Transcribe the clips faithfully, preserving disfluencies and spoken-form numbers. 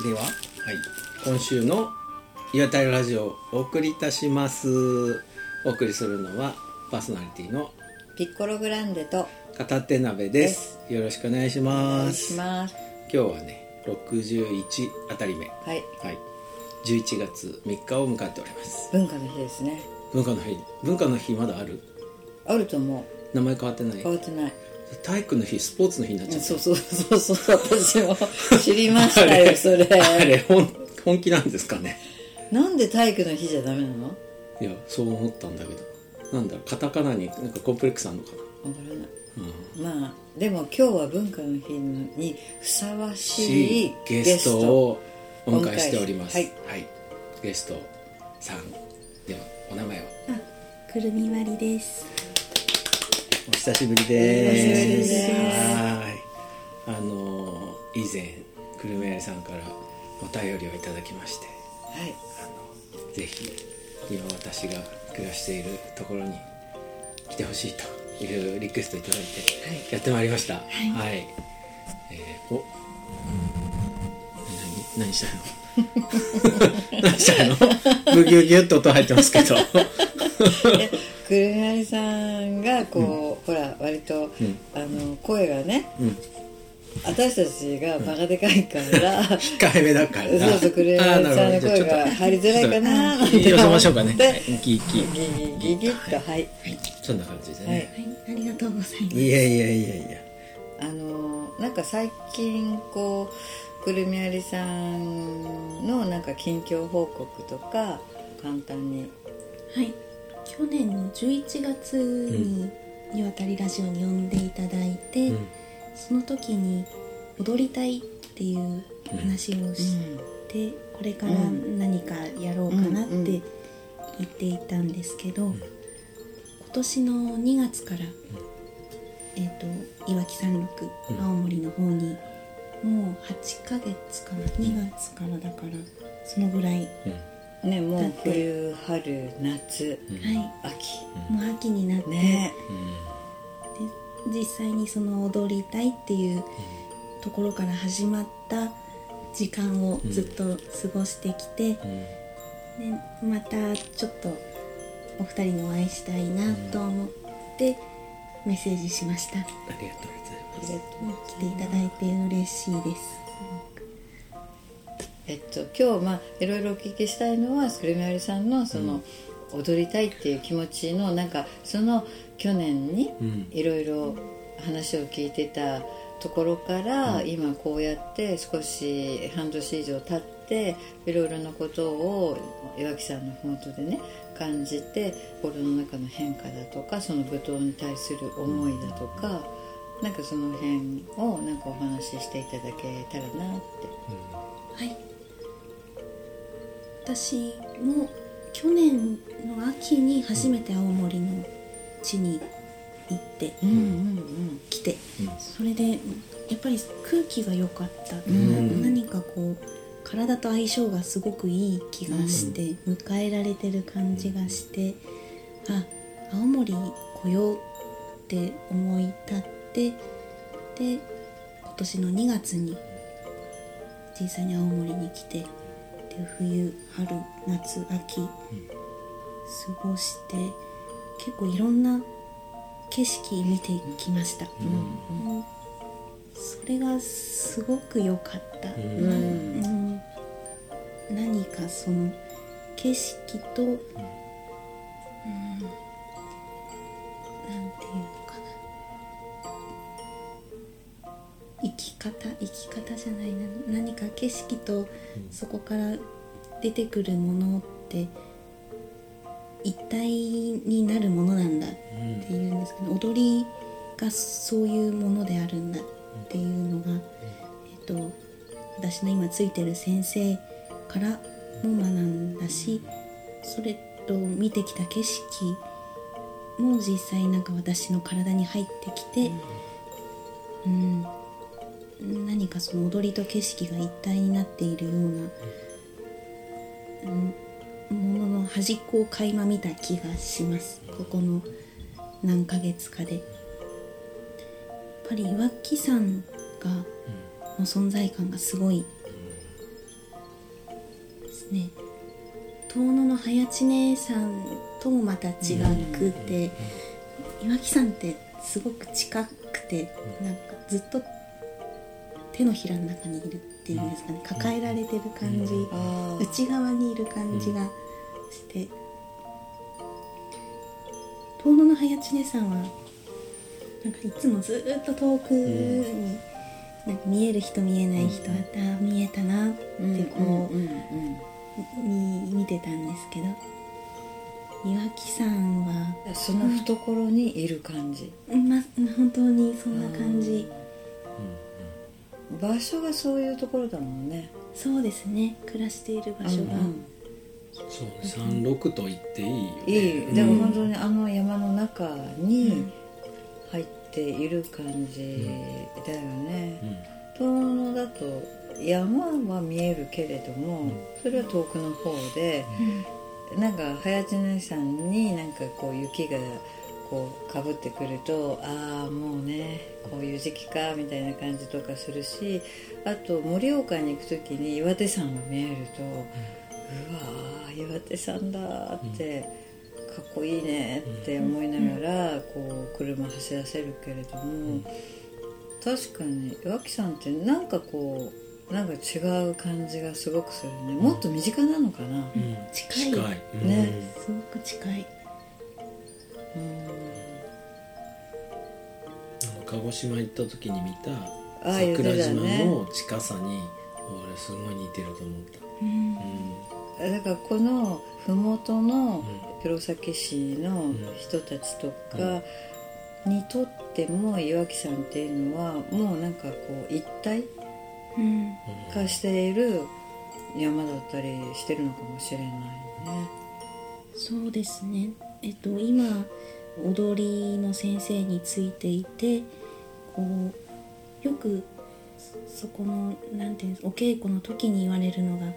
では、はい、今週の岩谷ラジオをお送りいたします。お送りするのはパーソナリティのピッコログランデと片手鍋です。よろしくお願いします。お願いします。今日はねろくじゅういちあたりめ、はいはい、じゅういちがつみっかを迎えております。 文化の日ですね。 文化の日文化の日まだある？あると思う。 名前変わってない？ 変わってない。 体育の日スポーツの日になっちゃった。 そうそうそうそう私も知りましたよそれ。 あれ本本気なんですかね。 なんで体育の日じゃダメなの？ いやそう思ったんだけど、なんだろう、カタカナになんかコンプレックスあるのかな。 わからない、うん、まあでも今日は文化の日にふさわしいゲストをお迎えしております。はい、はい、ゲストさんではお名前を。 あ、くるみわりです。 お久しぶりです。はい。あの以前くるみわりさんからお便りをいただきまして、はい、あのぜひ今私が暮らしているところに来てほしいというリクエストいただいてやってまいりました。はい。はい、えー、お、何何したの？何したの？ブギュギュッと音入ってますけど。 くるみわりさんがこう、うん、ほら割と、うん、あの声がね、うん、私たちがバカでかいから、うん、 控えめだからそうそうくるみわりさんの声が入りづらいかななんて寄せましょうかね。はい、ギギギギギッと、はい、はい、 そんな感じでね、 はい、ありがとうございます。 いやいやいやいや、 あのなんか最近こうくるみわりさんのなんか近況報告とか簡単に。 はい、去年のじゅういちがつに岩谷ラジオに呼んでいただいて、うん、その時に踊りたいっていう話をして、うん、これから何かやろうかなって言っていたんですけど、うん、今年のにがつから、えーと、いわき山麓、うん、青森の方にもうはちかげつかな、にがつからだからそのぐらい、 うんね、もう冬春夏、 うん、 秋、 うん、もう秋になって、ね、で実際にその踊りたいっていうところから始まった時間をずっと過ごしてきて、うん、でまたちょっとお二人にお会いしたいなと思ってメッセージしました。ありがとうございます。 来ていただいて嬉しいです。 えっと、今日まあいろいろお聞きしたいのはくるみわりさんのその、うん、踊りたいっていう気持ちのなんかその去年にいろいろ話を聞いてたところから、うん、今こうやって少し半年以上経っていろいろなことを岩木さんのふもとでね感じて心の中の変化だとかその舞踏に対する思いだとか、うん、なんかその辺をなんかお話ししていただけたらなって、 うん、はい。私も去年の秋に初めて青森の地に行って、うんうんうん、来て、うん、それでやっぱり空気が良かった、うん、何かこう体と相性がすごくいい気がして、うん、迎えられてる感じがして、あ、青森来ようって思い立って、で今年のにがつに実際に青森に来て、冬春夏秋、うん、過ごして結構いろんな景色見てきました、うんうん、それがすごく良かった、うんうん、何かその景色と、うんうん、なんていうのかな、生き方生き方じゃないな、何か景色とそこから出てくるものって一体になるものなんだっていうんですけど、踊りがそういうものであるんだっていうのが、えっと、私の今ついてる先生からも学んだし、それと見てきた景色も実際なんか私の体に入ってきて、うんうん、何かその踊りと景色が一体になっているような、うん、ものの端っこを垣間見た気がします。ここの何ヶ月かでやっぱり岩木山がの存在感がすごいですね。遠野の早知根山ともまた違くて、岩木山ってすごく近くて、なんかずっと手のひらの中にいるっていうんですかね、抱えられてる感じ、内側にいる感じがして、遠野の早知根山はなんかいつもずっと遠くになんか見える人見えない人、あった見えたなってこう、うんうんうん、見てたんですけど、岩木山はその懐にいる感じ、 うん、ま、本当にそんな感じ、 うん、場所がそういうところだもんね。 そうですね、暮らしている場所が、うんうん、 そうね、さんろくと言っていいよね。 いい、でも本当にあの山の中に入っている感じだよね。遠野だと山は見えるけれども、それは遠くの方で、うん、なんか早知根山になんかこう雪がこうかぶってくると、ああもうねこういう時期かみたいな感じとかするし、あと盛岡に行く時に岩手山が見えると、うん、うわー岩手山だって、うん、かっこいいねって思いながらこう車走らせるけれども、うん、確かに岩木山ってなんかこうなんか違う感じがすごくするね。もっと身近なのかな、うん、 近い、 近いね、すごく近い。 うん、 鹿児島行った時に見た桜島の近さに俺すごい似てると思った、うんうん、だからこの麓の弘前市の人たちとかにとっても岩木山っていうのはもうなんかこう一体化している山だったりしてるのかもしれないね。 そうですね。えっと今踊りの先生についていて、こうよくそこのなんていうんですか、お稽古の時に言われるのが、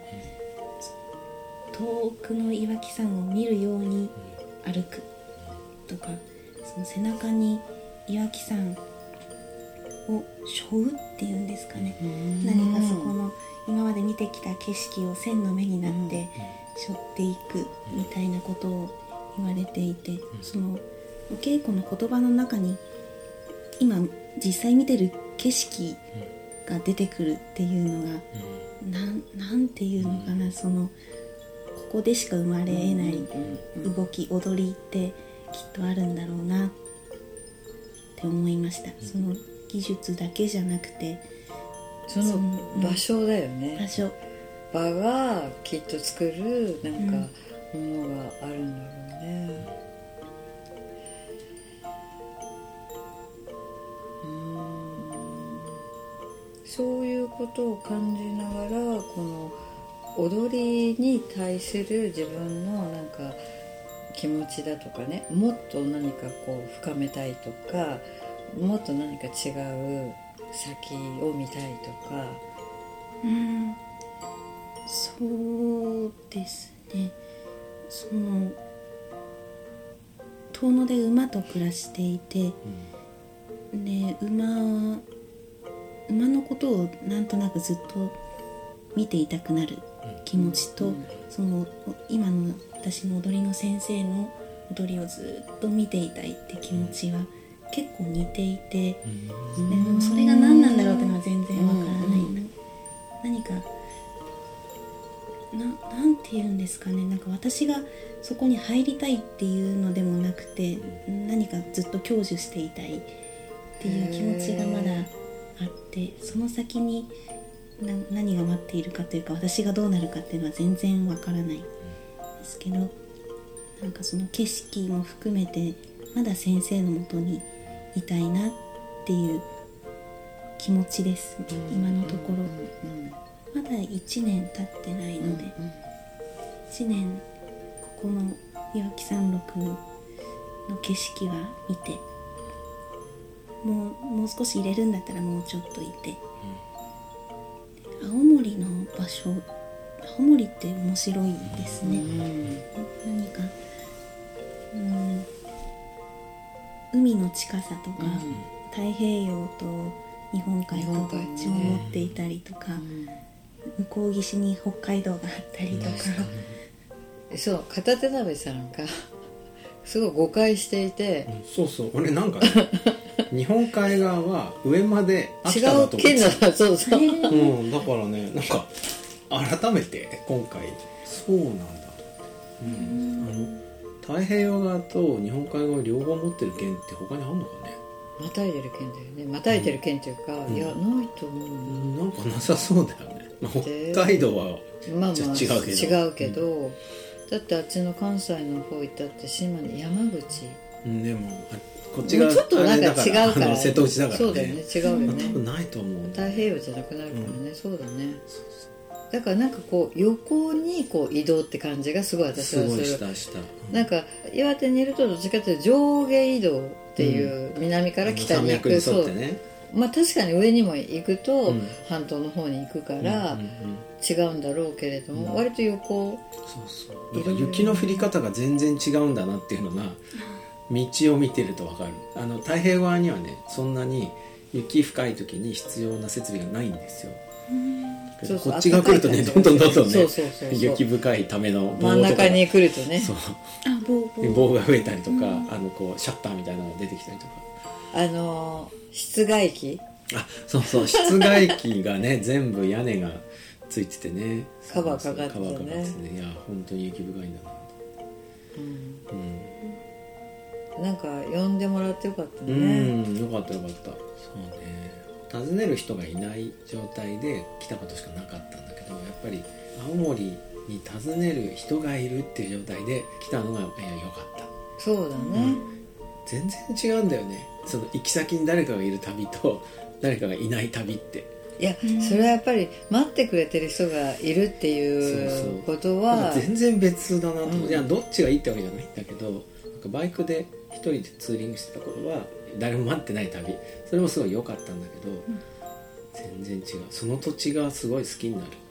遠くの岩木山を見るように歩くとか、その背中に岩木山を背負うっていうんですかね、何かそこの今まで見てきた景色を線の目になって背負っていくみたいなことを言われていて、そのお稽古の言葉の中に今実際見てる景色が出てくるっていうのが、なん、なんていうのかな、そのここでしか生まれえない動き、踊りってきっとあるんだろうなって思いました。その技術だけじゃなくてその場所だよね。 場所場がきっと作るなんかものがあるんだろうね。うーん、そういうことを感じながらこの踊りに対する自分のなんか気持ちだとかね、もっと何かこう深めたいとか、もっと何か違う先を見たいとか、 うん、そうですね。その遠野で馬と暮らしていて、うん、で馬馬のことをなんとなくずっと見ていたくなる気持ちと、うん、その今の私の踊りの先生の踊りをずっと見ていたいって気持ちは結構似ていて、うん、でもそれが何なんだろうっていうのは全然わからない、うん、何かな、なんて言うんですかね、なんか私がそこに入りたいっていうのでもなくて、何かずっと享受していたいっていう気持ちがまだあって、その先にな何が待っているかというか、私がどうなるかっていうのは全然わからないですけど、なんかその景色も含めてまだ先生のもとにいたいなっていう気持ちです、うん、今のところ、うんうんまだいちねん経ってないので、うんうん、いちねんここの岩木山麓の景色は見て、もう、もう少し入れるんだったらもうちょっといて、うん、青森の場所、青森って面白いですね、うん、何か、うん、海の近さとか、うん、太平洋と日本海とどっちも持っていたりとか、 向こう岸に北海道があったりとか、 そう片手鍋さんがすごい誤解していて、 うん、そうそう俺なんか、ね、日本海側は上まで秋違田だとう県だそうそう、 うん、だからねなんか改めて今回そうなんだ、うん、あの太平洋側と日本海側両方持ってる県って他にあるのかね。 またいでる県だよね。またいでる県っていうか、うん、いやないと思う、 うん、なんかなさそうだよね、まあ、北海道はまあまあ違うけど、 違うけど、うん、だってあっちの関西の方行ったって島根山口、 うん、でもこっちがちょっとなんか違うから、 瀬戸内だからね。 そうだよね、違うよね、 多分ないと思う。 太平洋じゃなくなるからね、うん、そうだね。だからなんかこう横にこう移動って感じがすごい私はする。 すごいしたした、 うん、なんか岩手にいるとどっちかというと上下移動っていう、うん、南から北に行く、 ね、そうまあ確かに上にも行くと、うん、半島の方に行くから、うんうんうん、違うんだろうけれども、うん、割と横、 そうそう、なんか雪の降り方が全然違うんだなっていうのが道を見てると分かる。あの太平洋側にはねそんなに雪深い時に必要な設備がないんですよ。そうそう、こっちが来るとねどんどんどんどんねそうそうそうそう、雪深いための棒とか真ん中に来るとね、 そうあ 棒, 棒が増えたりとか、うん、あのこうシャッターみたいなのが出てきたりとか、 あのー、室外機、 あそうそう室外機がね全部屋根がついててねカバーかかっててね、 カバーかかっててね、いや本当に雪深いんだな、 うんうん、なんか呼んでもらってよかったね。 うんよかったよかった。そうね、訪ねる人がいない状態で来たことしかなかったんだけど、やっぱり青森に訪ねる人がいるっていう状態で来たのがいやよかった。 そうだね、うん、 全然違うんだよね、その行き先に誰かがいる旅と誰かがいない旅って。 いや、それはやっぱり待ってくれてる人がいるっていうことはそうそう、全然別だなと思う、うん、いやどっちがいいってわけじゃないんだけど、なんかバイクで一人でツーリングしてた頃は誰も待ってない旅、それもすごい良かったんだけど、うん、全然違う、その土地がすごい好きになる、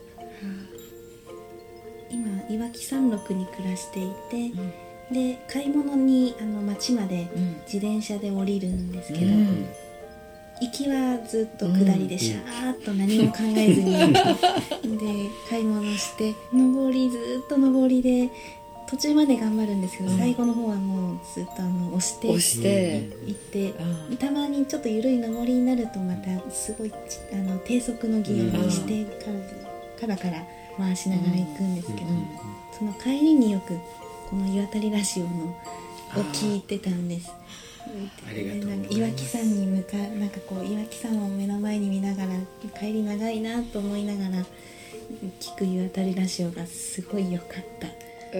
うん、今岩木山麓に暮らしていて、うん、で買い物にあの町まで自転車で降りるんですけど、うん、行きはずっと下りでシャーッと何も考えずに、うん、で買い物して上りずっと上りで途中まで頑張るんですけど、うん、最後の方はもうずっとあの押して押して行って、うん、たまにちょっと緩い上りになるとまたすごいあの低速のギアにしてから、うん、からから回しながら行くんですけど、うん、その帰りによくこの岩谷ラジオのを聞いてたんです。 ありがとうございます。 岩木山に向かなんかこう岩木山を目の前に見ながら帰り長いなと思いながら聞く岩谷ラジオがすごい良かった。う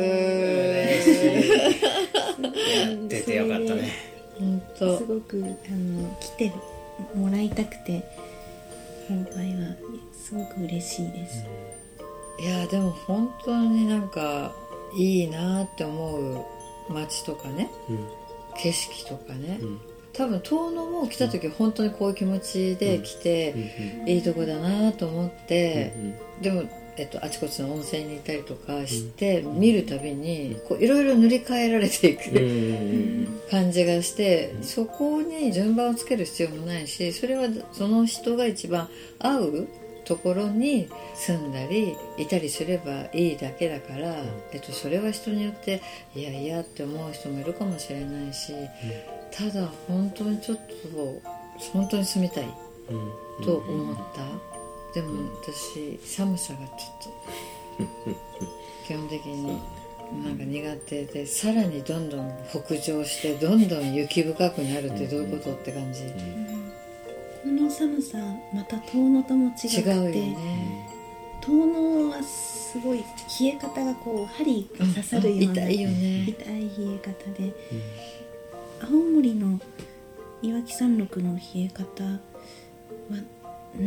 ー出てよかったね。 本当すごくあの来てもらいたくて今回はすごく嬉しいです、 うん、いやでも本当になんかいいなって思う街とかね、うん、景色とかね、うん、多分遠野も来た時本当にこういう気持ちで来て、うん、いいとこだなと思って、うん、でもえっと、あちこちの温泉に行ったりとかして、うん、見るたびにこういろいろ塗り替えられていく、うん、感じがして、うん、そこに順番をつける必要もないし、それはその人が一番合うところに住んだりいたりすればいいだけだから、うんえっと、それは人によっていやいやって思う人もいるかもしれないし、うん、ただ本当にちょっと本当に住みたいと思った、でも私寒さがちょっと基本的になんか苦手で、さらにどんどん北上してどんどん雪深くなるってどういうことって感じ、 この寒さまた遠野とも違って違うよね。遠野はすごい冷え方がこう針が刺さるような、うん、痛いよね、痛い冷え方で、うん、青森の岩木山麓の冷え方はうん、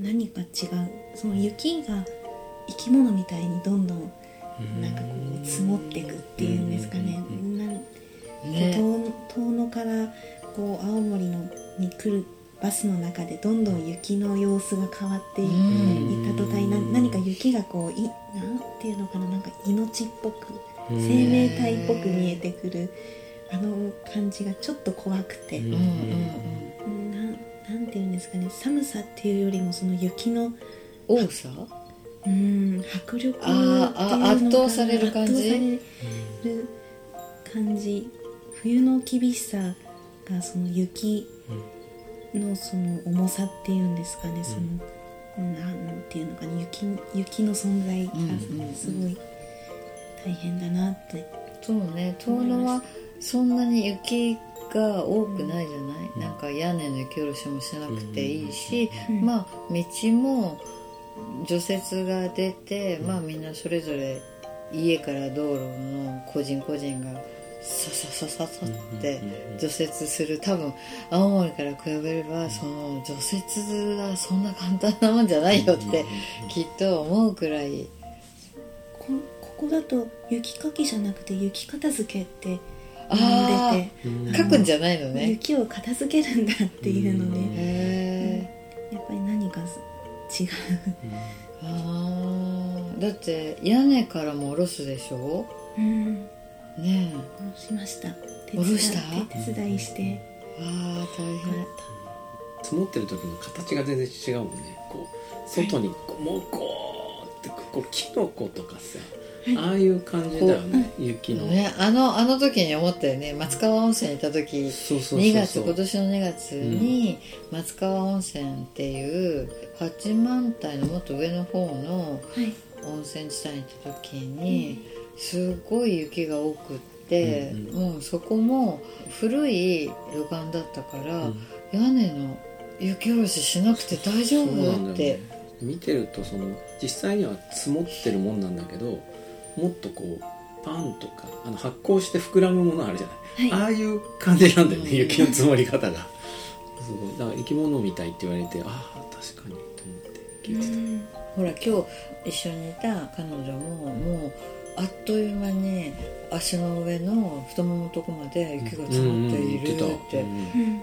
何か違う。その雪が生き物みたいにどんどんなんかこう積もっていくっていうんですかね。なんね遠野からこう青森のに来るバスの中でどんどん雪の様子が変わっていった途端にな何か雪がこういなんていうのかな、なんか命っぽく生命体っぽく見えてくるあの感じがちょっと怖くて。うんうんうんなんていうんですかね、寒さっていうよりもその雪の多さ、 うん迫力っていうああ圧倒される感じ、 圧倒される感じ、冬の厳しさがその雪のその重さっていうんですかね、そのなんていうのかな、雪雪の存在がすごい大変だなって。 そうね、遠野はそんなに雪が多くないじゃない、うん、なんか屋根の雪下ろしもしなくていいし、うん、まあ道も除雪が出て、うん、まあみんなそれぞれ家から道路の個人個人がさささささって除雪する、多分青森から比べればその除雪はそんな簡単なもんじゃないよってきっと思うくらい。 こ, ここだと雪かきじゃなくて雪片付けって呼んでて、書くんじゃないのね、 雪を片付けるんだっていうので、へー、やっぱり何か違うあだって屋根からも下ろすでしょ、うんねえ、 下ろしました。 下ろした手伝いして、 うん、ああ大変。 積もってる時の形が全然違うもんね。こう外にこうもうこうってこうキノコとかさ、はい、ああいう感じだよね、雪のね。あのあの時に思ったよね、松川温泉行った時、そうそうそうそうにがつ、今年のにがつに松川温泉っていう八幡平のもっと上の方の温泉地帯に行った時に、はい、すごい雪が多くって、うんうん、もうそこも古い旅館だったから、うん、屋根の雪下ろししなくて大丈夫って、ね、 見てるとその実際には積もってるもんなんだけど、もっとこうパンとかあの発酵して膨らむものあるじゃない、はい、ああいう感じなんだよね、うん、雪の積もり方がすごいだから生き物みたいって言われて、ああ確かにと思って聞いてた。 ほら今日一緒にいた彼女ももうあっという間に足の上の太もものとこまで雪が積もっているって、うんうんうん、すごいよね。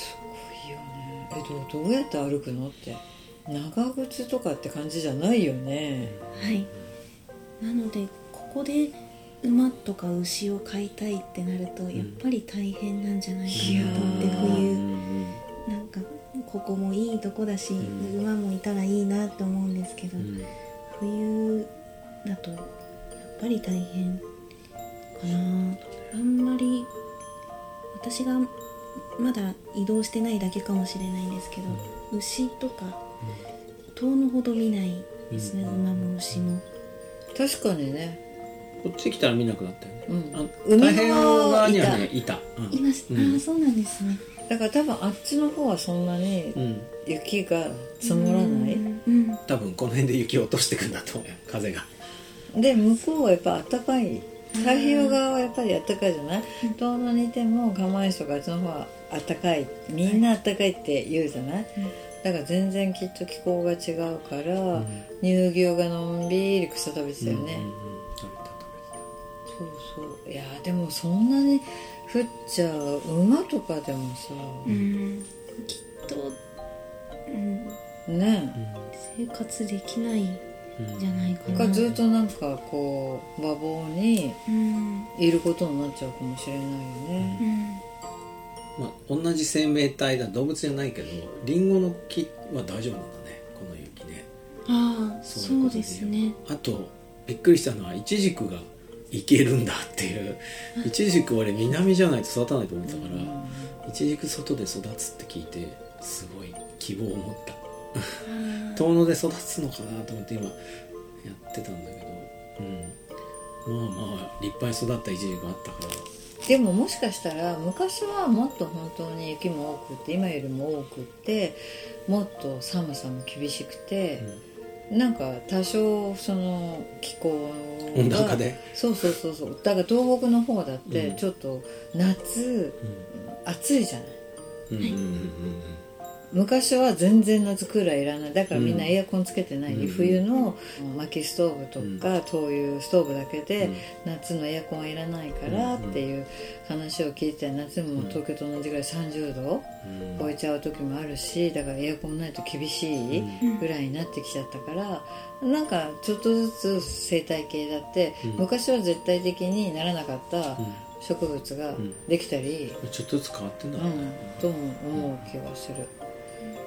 え ど, どうやって歩くのって、長靴とかって感じじゃないよね。 はい、なのでここで馬とか牛を飼いたいってなるとやっぱり大変なんじゃないかなと思って、うん、冬なんかここもいいとこだし、うん、馬もいたらいいなと思うんですけど、うん、冬だとやっぱり大変かな。あんまり私がまだ移動してないだけかもしれないんですけど、うん、牛とか遠野ほど見ないですね、うん、馬も牛も。 確かにね、 こっち来たら見なくなったよね、うん、あ海太平洋側にはねいた、 うん、います、うん、ああそうなんですね。 だから多分あっちの方はそんなに雪が積もらない、うんうん、多分この辺で雪を落としてくんだと思うよ、風が。 で向こうはやっぱ暖かい、太平洋側はやっぱり暖かいじゃない、遠野にいても釜石とかあっちの方は暖かい、みんな暖かいって言うじゃない、うん、だから全然きっと気候が違うから、うん、乳牛がのんびり草食べてたよね、うんうんうん、そうそう。いやでもそんなに降っちゃう馬とかでもさ、 うん、きっと、うん、 ね、 生活できないじゃないかな、 かずっとなんかこう馬房にいることになっちゃうかもしれないよね、 うん、まあ、同じ生命体だ、動物じゃないけどリンゴの木は大丈夫なんだね、この雪ね。 ああ、そうですね。 あとびっくりしたのはイチジクがいけるんだっていう。イチジク俺南じゃないと育たないと思ってたから、イチジク外で育つって聞いてすごい希望を持った遠野で育つのかなと思って今やってたんだけど、うん、まあまあ立派に育ったイチジクがあったから。 でももしかしたら昔はもっと本当に雪も多くて今よりも多くってもっと寒さも厳しくて、うん、なんか多少その気候が温暖化で、 そうそうそうそう、だから東北の方だってちょっと夏、うん、暑いじゃない、うんうんうんうん、昔は全然夏クーラーいらない、だからみんなエアコンつけてない、うん、冬の薪ストーブとか、うん、灯油ストーブだけで、うん、夏のエアコンはいらないからっていう話を聞いて、夏も東京と同じぐらいさんじゅうど超えちゃう時もあるし、だからエアコンないと厳しいぐらいになってきちゃったから、なんかちょっとずつ生態系だって、昔は絶対的にならなかった植物ができたり、 ちょっとずつ変わってんだろうね、 うん、とも思う気がする。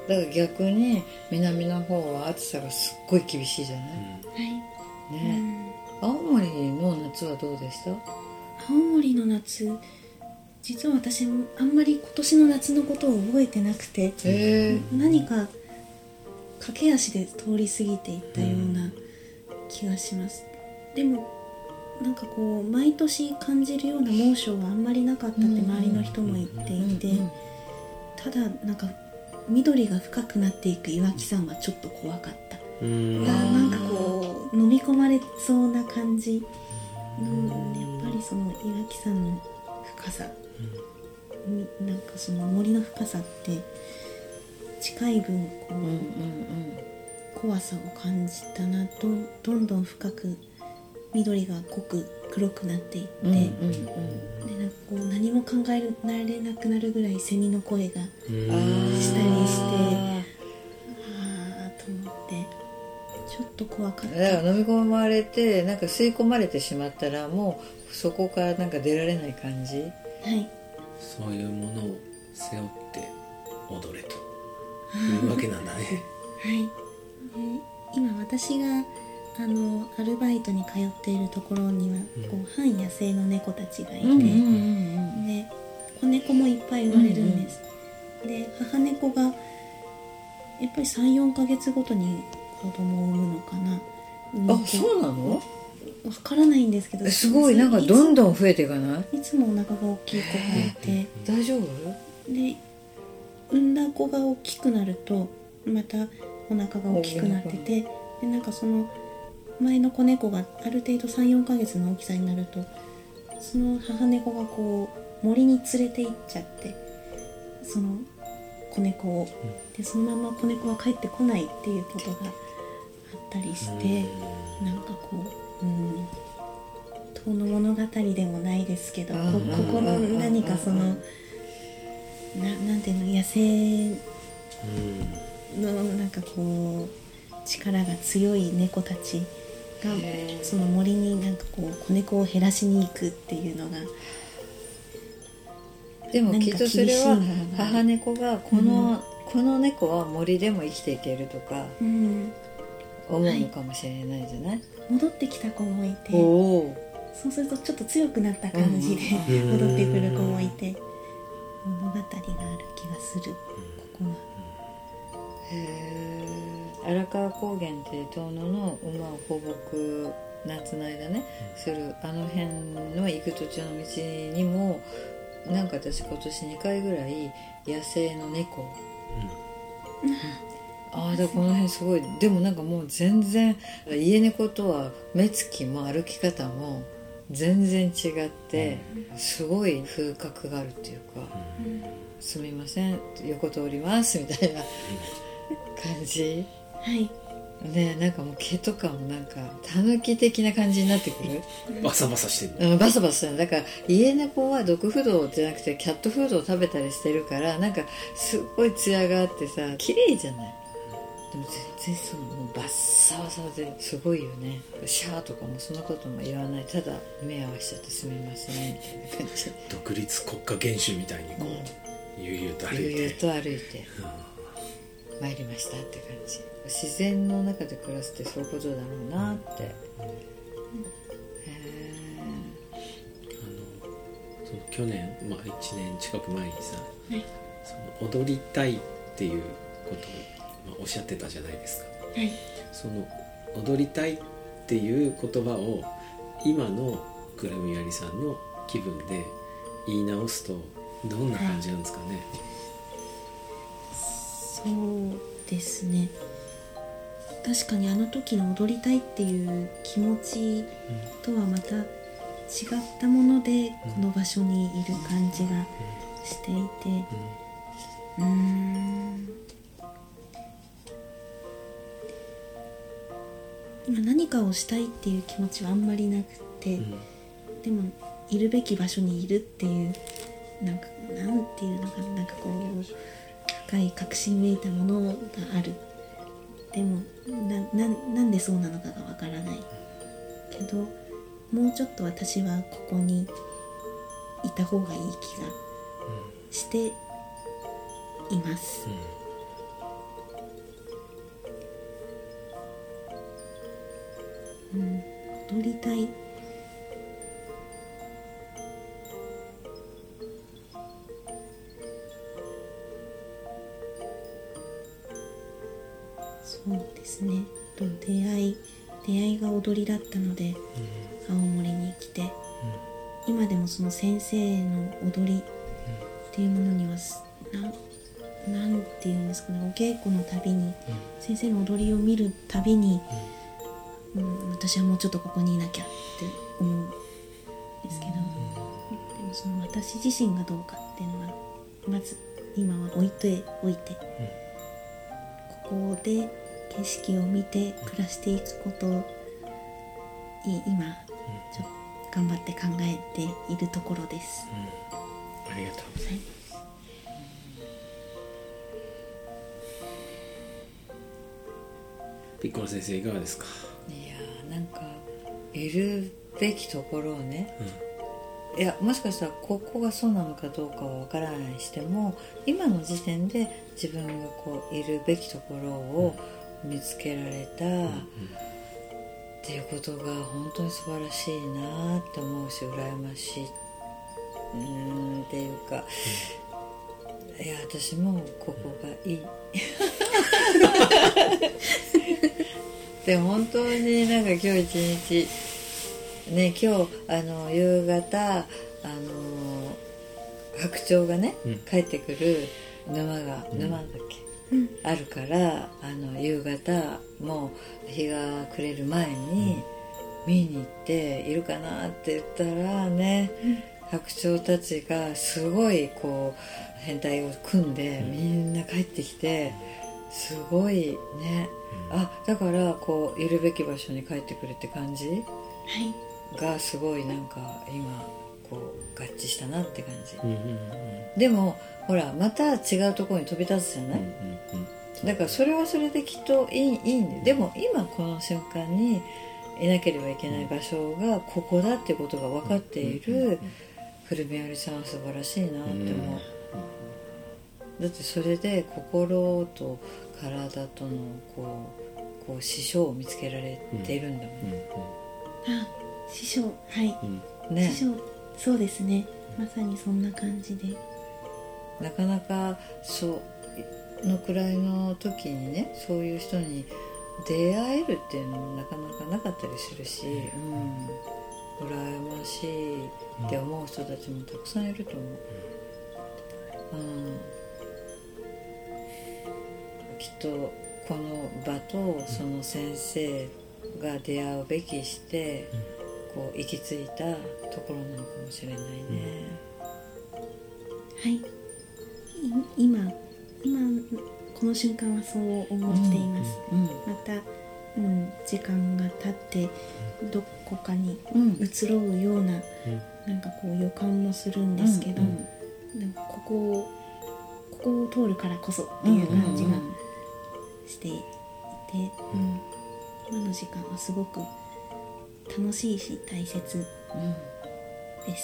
だから逆に南の方は暑さがすっごい厳しいじゃない、うん、 はいね、うん、青森の夏はどうでした？ 青森の夏、実は私あんまり今年の夏のことを覚えてなくて、 へ何か駆け足で通り過ぎていったような気がします、うん、でもなんかこう毎年感じるような猛暑はあんまりなかったって周りの人も言っていて、ただなんか緑が深くなっていく岩木山はちょっと怖かった。うん、なんかこう飲み込まれそうな感じ、うん、やっぱりその岩木山の深さ、うん、なんかその森の深さって近い分こう、うんうんうん、怖さを感じたなと、どんどん深く緑が濃く黒くなっていって、うんうんうん、でなんかこう何も考えられなくなるぐらいセミの声がしたりして、ああと思ってちょっと怖かった。 だから飲み込まれてなんか吸い込まれてしまったらもうそこからなんか出られない感じ。 はい。 そういうものを背負って踊れというわけなんだね。 はい。今私があのアルバイトに通っているところには、うん、こう半野生の猫たちがいて、うんうんうん、で子猫もいっぱい生まれるんです、うんうん、で母猫がやっぱり さん,よん ヶ月ごとに子供を産むのかな。 あ、そうなの？ わからないんですけど、 すごいなんかどんどん増えていかない？ いつもお腹が大きい子がいて大丈夫？ で産んだ子が大きくなるとまたお腹が大きくなってて、でなんかその前の子猫がある程度 さん,よん ヶ月の大きさになるとその母猫がこう森に連れて行っちゃってその子猫を、でそのまま子猫は帰ってこないっていうことがあったりして、なんかこう、うん、遠の物語でもないですけど、ここの何かそのな, なんていうの野生のなんかこう力が強い猫たちがその森になんかこう子猫を減らしに行くっていうのが、 でもきっとそれは母猫がこの、うん、この猫は森でも生きていけるとか思うのかもしれないじゃない、はい、 戻ってきた子もいて、そうするとちょっと強くなった感じで、うん、戻ってくる子もいて、物語がある気がする、ここは。 へー、荒川高原っていう遠野の馬を放牧夏の間ねするあの辺の行く途中の道にもなんか私今年にかいぐらい野生の猫、うんうん、ああだからこの辺すごい。でもなんかもう全然家猫とは目つきも歩き方も全然違ってすごい風格があるっていうか、うん、すみません横通りますみたいな感じ。 はいね、なんかもう毛とかもなんかタヌキ的な感じになってくる。 バサバサしてる、 うん、バサバサしてる。だから家猫はドッグフードじゃなくてキャットフードを食べたりしてるからなんかすごいツヤがあってさ綺麗じゃない。でも全然そうもうバッサバサですごいよね。シャーとかもそんなことも言わない。ただ目合わせちゃってすみませんみたいな感じ。 独立国家元首みたいにこう、うん、悠々と歩いて悠々と歩いて、うん、参りましたって感じ。自然の中で暮らすってそういうことだろうなって、うん、へあのその去年、まあ、いちねん近く前にさ、 はい、 その踊りたいっていうことを、まあ、おっしゃってたじゃないですか、 はい、 その踊りたいっていう言葉を今のくるみありさんの気分で言い直すとどんな感じなんですかね、 はい、そうですね。確かにあの時の踊りたいっていう気持ちとはまた違ったものでこの場所にいる感じがしていて、うーん今何かをしたいっていう気持ちはあんまりなくて、でもいるべき場所にいるっていうなんかなんていうのかな、なんかこう深い確信めいたものがある。でも な, な, なんでそうなのかがわからないけど、もうちょっと私はここにいた方がいい気がしています、 うん、踊りたい。そうですね。と出会い出会いが踊りだったので、うん、青森に来て、うん、今でもその先生の踊りっていうものにはな、なんていうんですかね、お稽古のたびに、うん、先生の踊りを見るたびに、うんうん、私はもうちょっとここにいなきゃって思うんですけど、うん、でもその私自身がどうかっていうのはまず今は置いておいて、うん、ここで景色を見て暮らしていくことを今ちょっと頑張って考えているところです、 うん、ありがとうございます、はい、ピッコロ先生いかがですか？ いやーなんかいるべきところをね、うん、いやもしかしたらここがそうなのかどうかはわからないにしても今の時点で自分がこういるべきところを、うん見つけられた、うんうん、っていうことが本当に素晴らしいなって思うし羨ましいうーんっていうか、うん、いや私もここがいいで本当になんか今日一日ね今日あの夕方あの白鳥がね、うん、帰ってくる沼が、うん、沼だっけうん、あるからあの夕方もう日が暮れる前に見に行っているかなって言ったらね、うん、白鳥たちがすごいこう編隊を組んで、うん、みんな帰ってきてすごいね、うん、あだからこういるべき場所に帰ってくるって感じ、はい、がすごいなんか今こう合致したなって感じ、うんうんうん、でもほらまた違うところに飛び立つじゃない、うんうんうん、だからそれはそれできっといい、いいんで、でも今この瞬間にいなければいけない場所がここだってことが分かっている古見有りさんは素晴らしいなって思う、うんうん、だってそれで心と体とのこう、こう師匠を見つけられているんだもん、うんうんうん、 あ師匠はい、うんね、師匠そうですねまさにそんな感じでなかなかそうのくらいの時にねそういう人に出会えるっていうのもなかなかなかったりするし、うん、羨ましいって思う人たちもたくさんいると思う、うん、きっとこの場とその先生が出会うべきしてこう行き着いたところなのかもしれないね、 はい今今この瞬間はそう思っています、うんうん、また、うん、時間が経ってどこかに移ろうような、うん、なんかこう予感もするんですけど、うんうん、なんかここをここを通るからこそっていう感じがしていて、うんうんうん、今の時間はすごく楽しいし大切です、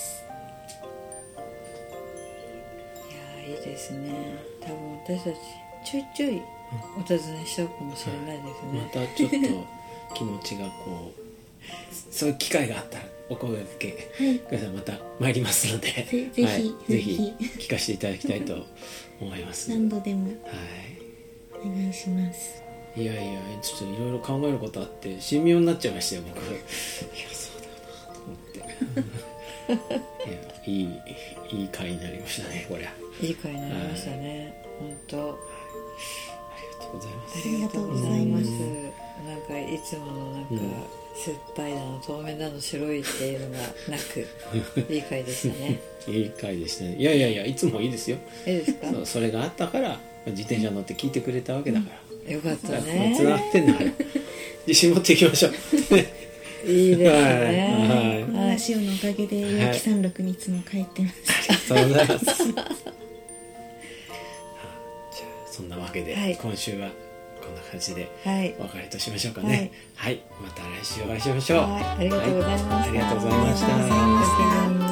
うん、いやいいですね。多分私たちちょいちょいお尋ねしちゃうかもしれないですね、 はい、またちょっと気持ちがこうそういう機会があったらお声掛けください、また参りますのでぜ, ぜひ、はい、 ぜひ聞かせていただきたいと思います何度でも、 はい、 お願いします。 いやいやちょっといろいろ考えることあって神妙になっちゃいましたよ僕。いやそうだなと思っていやいいいい回になりましたねこれ。 いい回になりましたね、はい、本当、はい、 ありがとうございます。 ありがとうございます。 なんかいつものなんか、うん、酸っぱいだの透明だの白いっていうのがなくいい回でしたねいい回でしたね。いやいやいやいつもいいですよ。 いいですか。 そ, それがあったから自転車乗って聞いてくれたわけだから、 うん、よかったね。 つながってんだから自信持っていきましょういいですね、 はいはい、このラジオのおかげで結城山麓にいつも帰ってます、 はい、ありがとうございますじゃあそんなわけで、はい、今週はこんな感じでお別れとしましょうかね。はい、はい、また来週お会いしましょう。 はい、ありがとうございました、 はい、ありがとうございました。